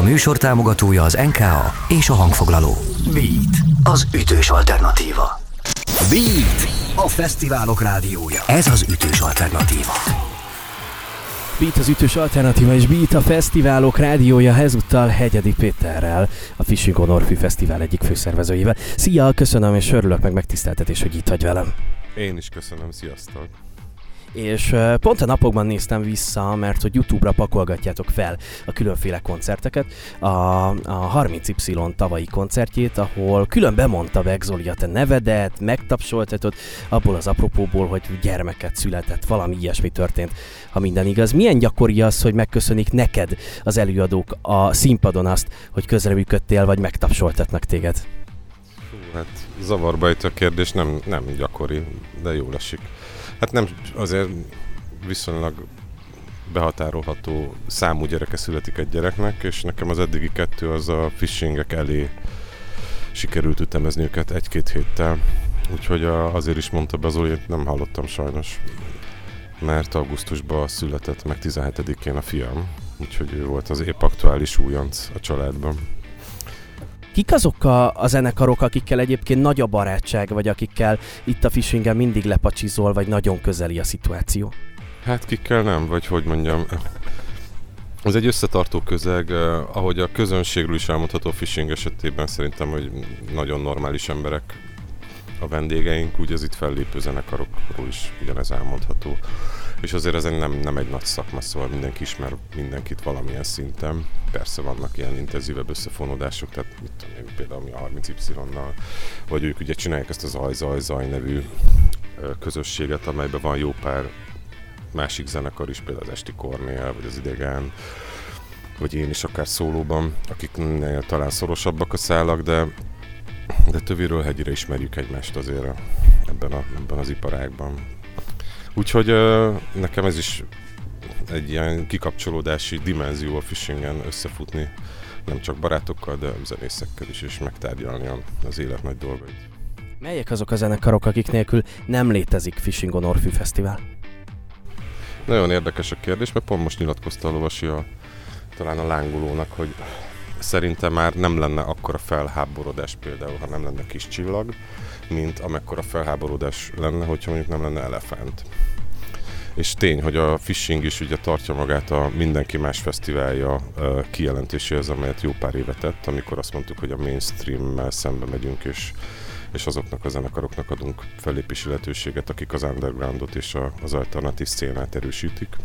műsor támogatója az NKA és a hangfoglaló. Beat, az ütős alternatíva. Beat, a fesztiválok rádiója. Ez az ütős alternatíva. Beat az ütős alternatíva és Beat a fesztiválok rádiója, ezúttal Hegyedi Péterrel, a Fishing on Orfű Fesztivál egyik főszervezőjével. Szia, köszönöm és örülök meg megtiszteltetés, hogy itt vagy velem. Én is köszönöm, sziasztok! És pont a napokban néztem vissza, mert hogy YouTube-ra pakolgatjátok fel a különféle koncerteket, a 30Y tavalyi koncertjét, ahol külön bemondta meg Zoli a te nevedet, megtapsoltatod abból az apropóból, hogy gyermeket született, valami ilyesmi történt, ha minden igaz. Milyen gyakori az, hogy megköszönik neked az előadók a színpadon azt, hogy közreműködtél, vagy megtapsoltatnak téged? Hát zavarba ejtő a kérdés, nem gyakori, de jól esik. Hát nem, azért viszonylag behatárolható számú gyereke születik egy gyereknek, és nekem az eddigi kettő az a fishingek elé sikerült ütemezni őket 1-2 héttel. Úgyhogy azért is mondta be Zoli, nem hallottam sajnos, mert augusztusban született meg 17-én a fiam, úgyhogy ő volt az épp aktuális újonc a családban. Kik azok a zenekarok, akikkel egyébként nagy a barátság, vagy akikkel itt a fishingen mindig lepacsizol, vagy nagyon közeli a szituáció? Hát kikkel nem, vagy hogy mondjam. Ez egy összetartó közeg, ahogy a közönségről is elmondható fishing esetében szerintem, hogy nagyon normális emberek a vendégeink, úgy az itt fellépő zenekarokról is ugyanez elmondható. És azért ez nem egy nagy szakma, szóval mindenki ismer mindenkit valamilyen szinten. Persze vannak ilyen intenzívebb összefonódások, tehát mit tudom én, például mi a 30Y-nal, vagy ők ugye csinálják ezt az Zaj nevű közösséget, amelyben van jó pár másik zenekar is, például az Esti Kornél, vagy az Idegen, vagy én is akár szólóban, akiknél talán szorosabbak a szálak, de töviről hegyire ismerjük egymást azért ebben az iparágban. Úgyhogy nekem ez is egy ilyen kikapcsolódási dimenzió a fishingen összefutni, nem csak barátokkal, de zenészekkel is, és megtárgyalni az élet nagy dolgait. Melyek azok a zenekarok, akik nélkül nem létezik Fishing on Orfű Fesztivál? Nagyon érdekes a kérdés, mert pont most nyilatkozta a lovasi talán a Lángolónak, hogy szerintem már nem lenne akkora felháborodás például, ha nem lenne Kis Csillag, mint amekkora felháborodás lenne, hogyha mondjuk nem lenne Elefánt. És tény, hogy a fishing is ugye tartja magát a Mindenki Más fesztiválja kijelentéséhez, amelyet jó pár éve tett, amikor azt mondtuk, hogy a mainstreammel szembe megyünk, és azoknak a zenekaroknak adunk fellépési lehetőséget, akik az undergroundot és az alternatív szcénát erősítik.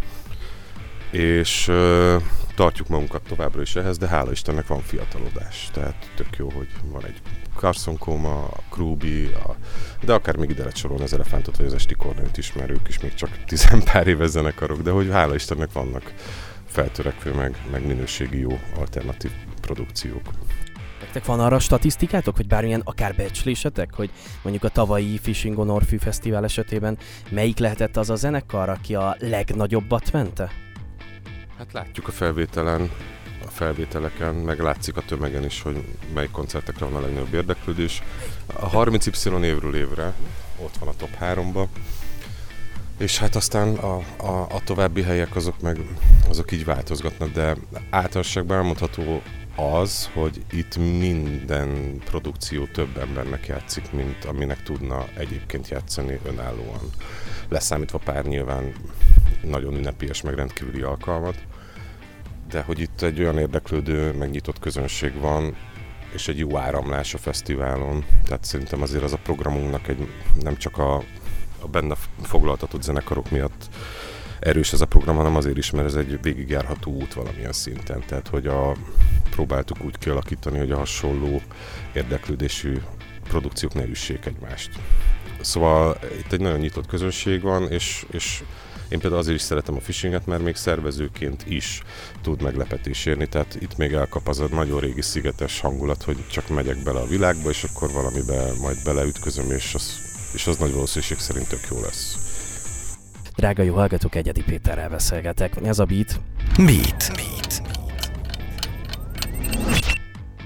És tartjuk magunkat továbbra is ehhez, de hála Istennek van fiatalodás. Tehát tök jó, hogy van egy Carson Coma, a Krúbi, de akár még ide lehet sorolni az Elefántot, vagy az Esti Kornélt is, mert ők is még csak 10 pár éves zenekarok, de hogy hála Istennek vannak feltörekvő, meg minőségi jó alternatív produkciók. Nektek van arra statisztikátok, vagy bármilyen akár becslésetek, hogy mondjuk a tavalyi Fishing on Orfű Fesztivál esetében melyik lehetett az a zenekar, aki a legnagyobbat mente? Hát látjuk a felvételeken, meg látszik a tömegen is, hogy melyik koncertekre van a legnagyobb érdeklődés. A 30Y évről évre ott van a top 3-ba, és hát aztán a további helyek azok így változgatnak, de általánosságban elmondható az, hogy itt minden produkció több embernek játszik, mint aminek tudna egyébként játszani önállóan. Leszámítva pár nyilván nagyon ünnepélyes, meg rendkívüli alkalmat, de hogy itt egy olyan érdeklődő, megnyitott közönség van, és egy jó áramlás a fesztiválon. Tehát szerintem azért az a programunknak nem csak a benne foglaltatott zenekarok miatt erős ez a program, hanem azért is, mert ez egy végigjárható út valamilyen szinten. Tehát, hogy próbáltuk úgy kialakítani, hogy a hasonló érdeklődésű produkciók ne üssék egymást. Szóval itt egy nagyon nyitott közönség van, és én például azért is szeretem a fishinget, mert még szervezőként is tud meglepetés érni, tehát itt még elkap az a nagyon régi szigetes hangulat, hogy csak megyek bele a világba, és akkor valamibe majd beleütközöm, és az nagy valószínűség szerint tök jó lesz. Drága jó hallgatók, Hegyedi Péterrel beszélgetek. Ez a Beat.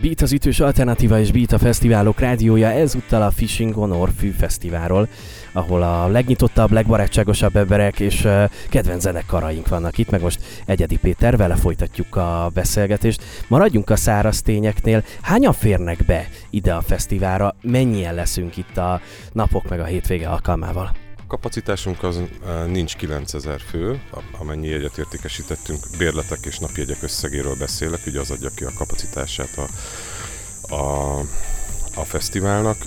Beat az ütős alternatíva és Beat a fesztiválok rádiója, ezúttal a Fishing on Orfű fesztiválról, ahol a legnyitottabb, legbarátságosabb emberek és kedvenc zenekaraink vannak itt, meg most Egyedi Péter, vele folytatjuk a beszélgetést. Maradjunk a száraz tényeknél. Hányan férnek be ide a fesztiválra? Mennyien leszünk itt a napok meg a hétvége alkalmával? A kapacitásunk az nincs 9000 fő, amennyi jegyet értékesítettünk, bérletek és napjegyek összegéről beszélek, ugye az adja ki a kapacitását a fesztiválnak,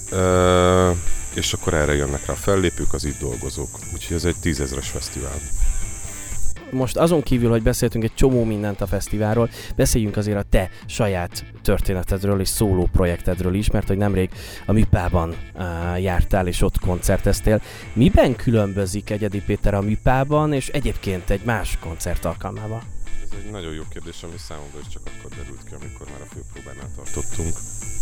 és akkor erre jönnek rá a fellépők, az itt dolgozók, úgyhogy ez egy 10 000-es fesztivál. Most azon kívül, hogy beszéltünk egy csomó mindent a fesztiválról, beszéljünk azért a te saját történetedről és szóló projektedről is, mert hogy nemrég a Műpában jártál és ott koncerteztél. Miben különbözik Egyedi Péter a Műpában és egyébként egy más koncert alkalmával? Ez egy nagyon jó kérdés, ami számomra is csak akkor derült ki, amikor már a főpróbánál tartottunk.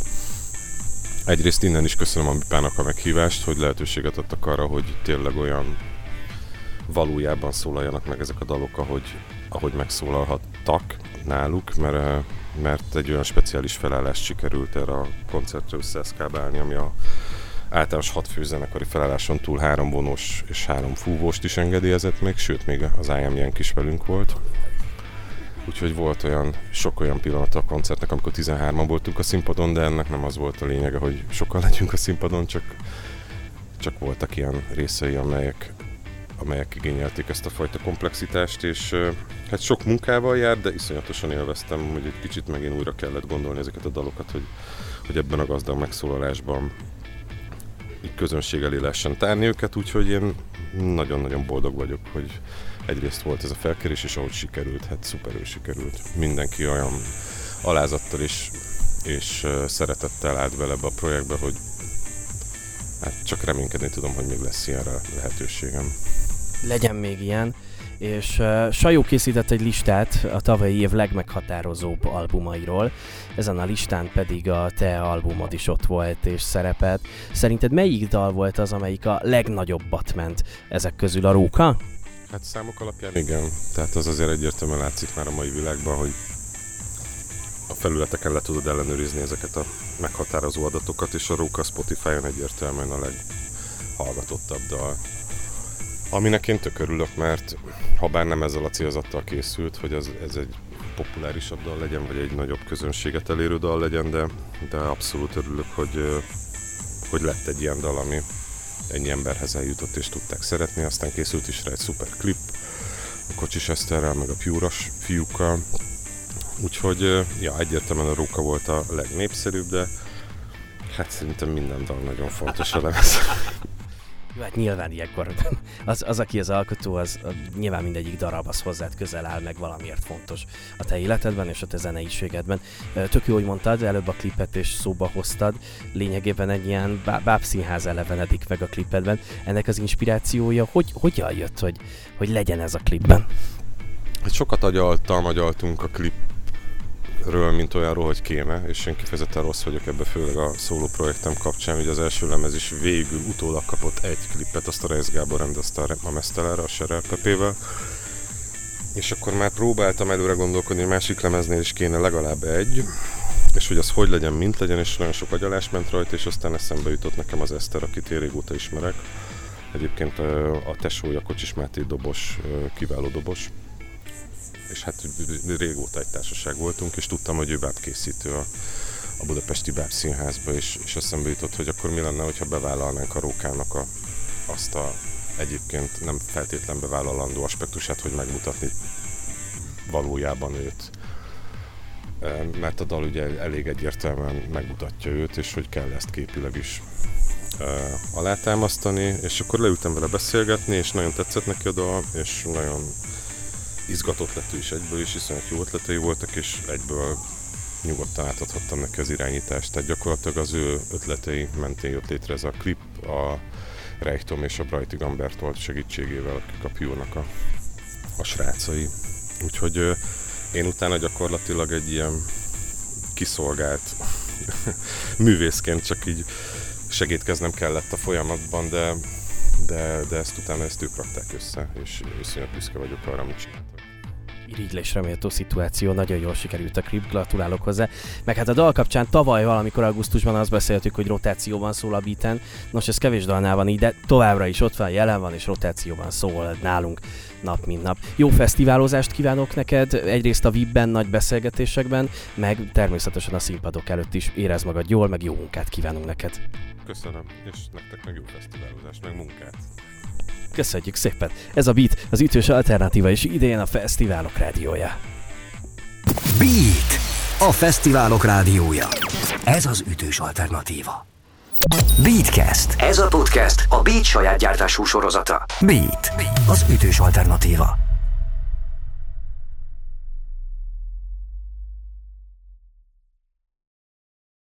Egyrészt innen is köszönöm a Műpának a meghívást, hogy lehetőséget adtak arra, hogy tényleg olyan valójában szólaljanak meg ezek a dalok, ahogy megszólalhattak náluk, mert egy olyan speciális felállást sikerült erre a koncertre összeeszkábálni, ami a általános 6 főzenekari felálláson túl 3 vonós és 3 fúvóst is engedélyezett még, sőt még az IM is velünk volt. Úgyhogy volt sok olyan pillanat a koncertnek, amikor 13-an voltunk a színpadon, de ennek nem az volt a lényege, hogy sokan legyünk a színpadon, csak voltak ilyen részei, amelyek igényelték ezt a fajta komplexitást, és hát sok munkával jár, de iszonyatosan élveztem, hogy egy kicsit megint újra kellett gondolni ezeket a dalokat, hogy ebben a gazdag megszólalásban így közönség elé lehessen tárni őket, úgyhogy én nagyon-nagyon boldog vagyok, hogy egyrészt volt ez a felkérés, és ahogy sikerült, hát szuperül sikerült. Mindenki olyan alázattal és szeretettel állt bele ebbe a projektbe, hogy hát csak reménykedni tudom, hogy még lesz ilyenre lehetőségem. Legyen még ilyen, és Sajó készített egy listát a tavalyi év legmeghatározóbb albumairól, ezen a listán pedig a te albumod is ott volt és szerepelt. Szerinted melyik dal volt az, amelyik a legnagyobbat ment ezek közül, a Róka? Hát számok alapján igen, tehát az azért egyértelműen látszik már a mai világban, hogy a felületeken le tudod ellenőrizni ezeket a meghatározó adatokat, és a Róka Spotify-on egyértelműen a leghallgatottabb dal. Aminek én tök örülök, mert ha bár nem ezzel a célzattal készült, hogy ez egy populárisabb dal legyen, vagy egy nagyobb közönséget elérő dal legyen, de abszolút örülök, hogy lett egy ilyen dal, ami ennyi emberhez eljutott és tudták szeretni, aztán készült is rá egy szuper klip, a Kocsis Eszterrel, meg a Pure-as fiúkkal, úgyhogy egyértelműen a Róka volt a legnépszerűbb, de hát szerintem minden dal nagyon fontos a lemez. Hát nyilván ilyenkor az, aki az alkotó, az nyilván mindegyik darab az hozzád közel áll, meg valamiért fontos a te életedben és a te zeneiségedben. Tök jó, hogy mondtad, előbb a klipet és szóba hoztad, lényegében egy ilyen bábszínház elevenedik meg a klipedben. Ennek az inspirációja hogyan jött, hogy legyen ez a klipben? Hát sokat agyaltunk a klipről, mint olyanról, hogy kéne, és én kifejezetten rossz vagyok ebbe, főleg a szóló projektem kapcsán, hogy az első lemez is végül utólag kapott egy klipet, azt a Reisz Gábor rendezte a Mesztelára, a Serel Pepével, és akkor már próbáltam előre gondolkodni, hogy másik lemeznél is kéne legalább egy, és hogy az hogy legyen, mint legyen, és nagyon sok agyalás ment rajta, és aztán eszembe jutott nekem az Eszter, akit én régóta ismerek. Egyébként a tesója Kocsis Máté dobos, kiváló dobos, és hát régóta egy társaság voltunk, és tudtam, hogy ő bábkészítő a budapesti bábszínházba, és eszembe jutott, hogy akkor mi lenne, hogyha bevállalnánk a Rókának azt a egyébként nem feltétlen bevállalandó aspektusát, hogy megmutatni valójában őt. Mert a dal ugye elég egyértelműen megmutatja őt, és hogy kell ezt képileg is alátámasztani, és akkor leültem vele beszélgetni, és nagyon tetszett neki a dal, és nagyon izgatott lett ő is egyből, és iszonyat jó ötletei voltak, és egyből nyugodtan átadhattam neki az irányítást. Tehát gyakorlatilag az ő ötletei mentén jött létre ez a klip, a Reichtom és a Brajti Gambertolt segítségével, akik a Pure-nak a srácai. Úgyhogy én utána gyakorlatilag egy ilyen kiszolgált művészként csak így segítkeznem kellett a folyamatban, de ezt utána ők rakták össze, és iszonyat büszke vagyok arra, amit csináltak. Irigylésre méltó szituáció, nagyon jól sikerült a klip, gratulálok hozzá. Meg hát a dal kapcsán tavaly valamikor augusztusban azt beszéltük, hogy rotációban szól a beaten. Nos, ez kevés dalnál van így, de továbbra is ott van, jelen van és rotációban szól nálunk nap mint nap. Jó fesztiválozást kívánok neked, egyrészt a VIP-ben, nagy beszélgetésekben, meg természetesen a színpadok előtt is érezd magad jól, meg jó munkát kívánunk neked. Köszönöm, és nektek meg jó fesztiválozást, meg munkát. Köszönjük szépen! Ez a Beat, az ütős alternatíva, és idén a Fesztiválok Rádiója. Beat, a Fesztiválok Rádiója. Ez az ütős alternatíva. Beatcast. Ez a podcast a Beat saját gyártású sorozata. Beat, az ütős alternatíva.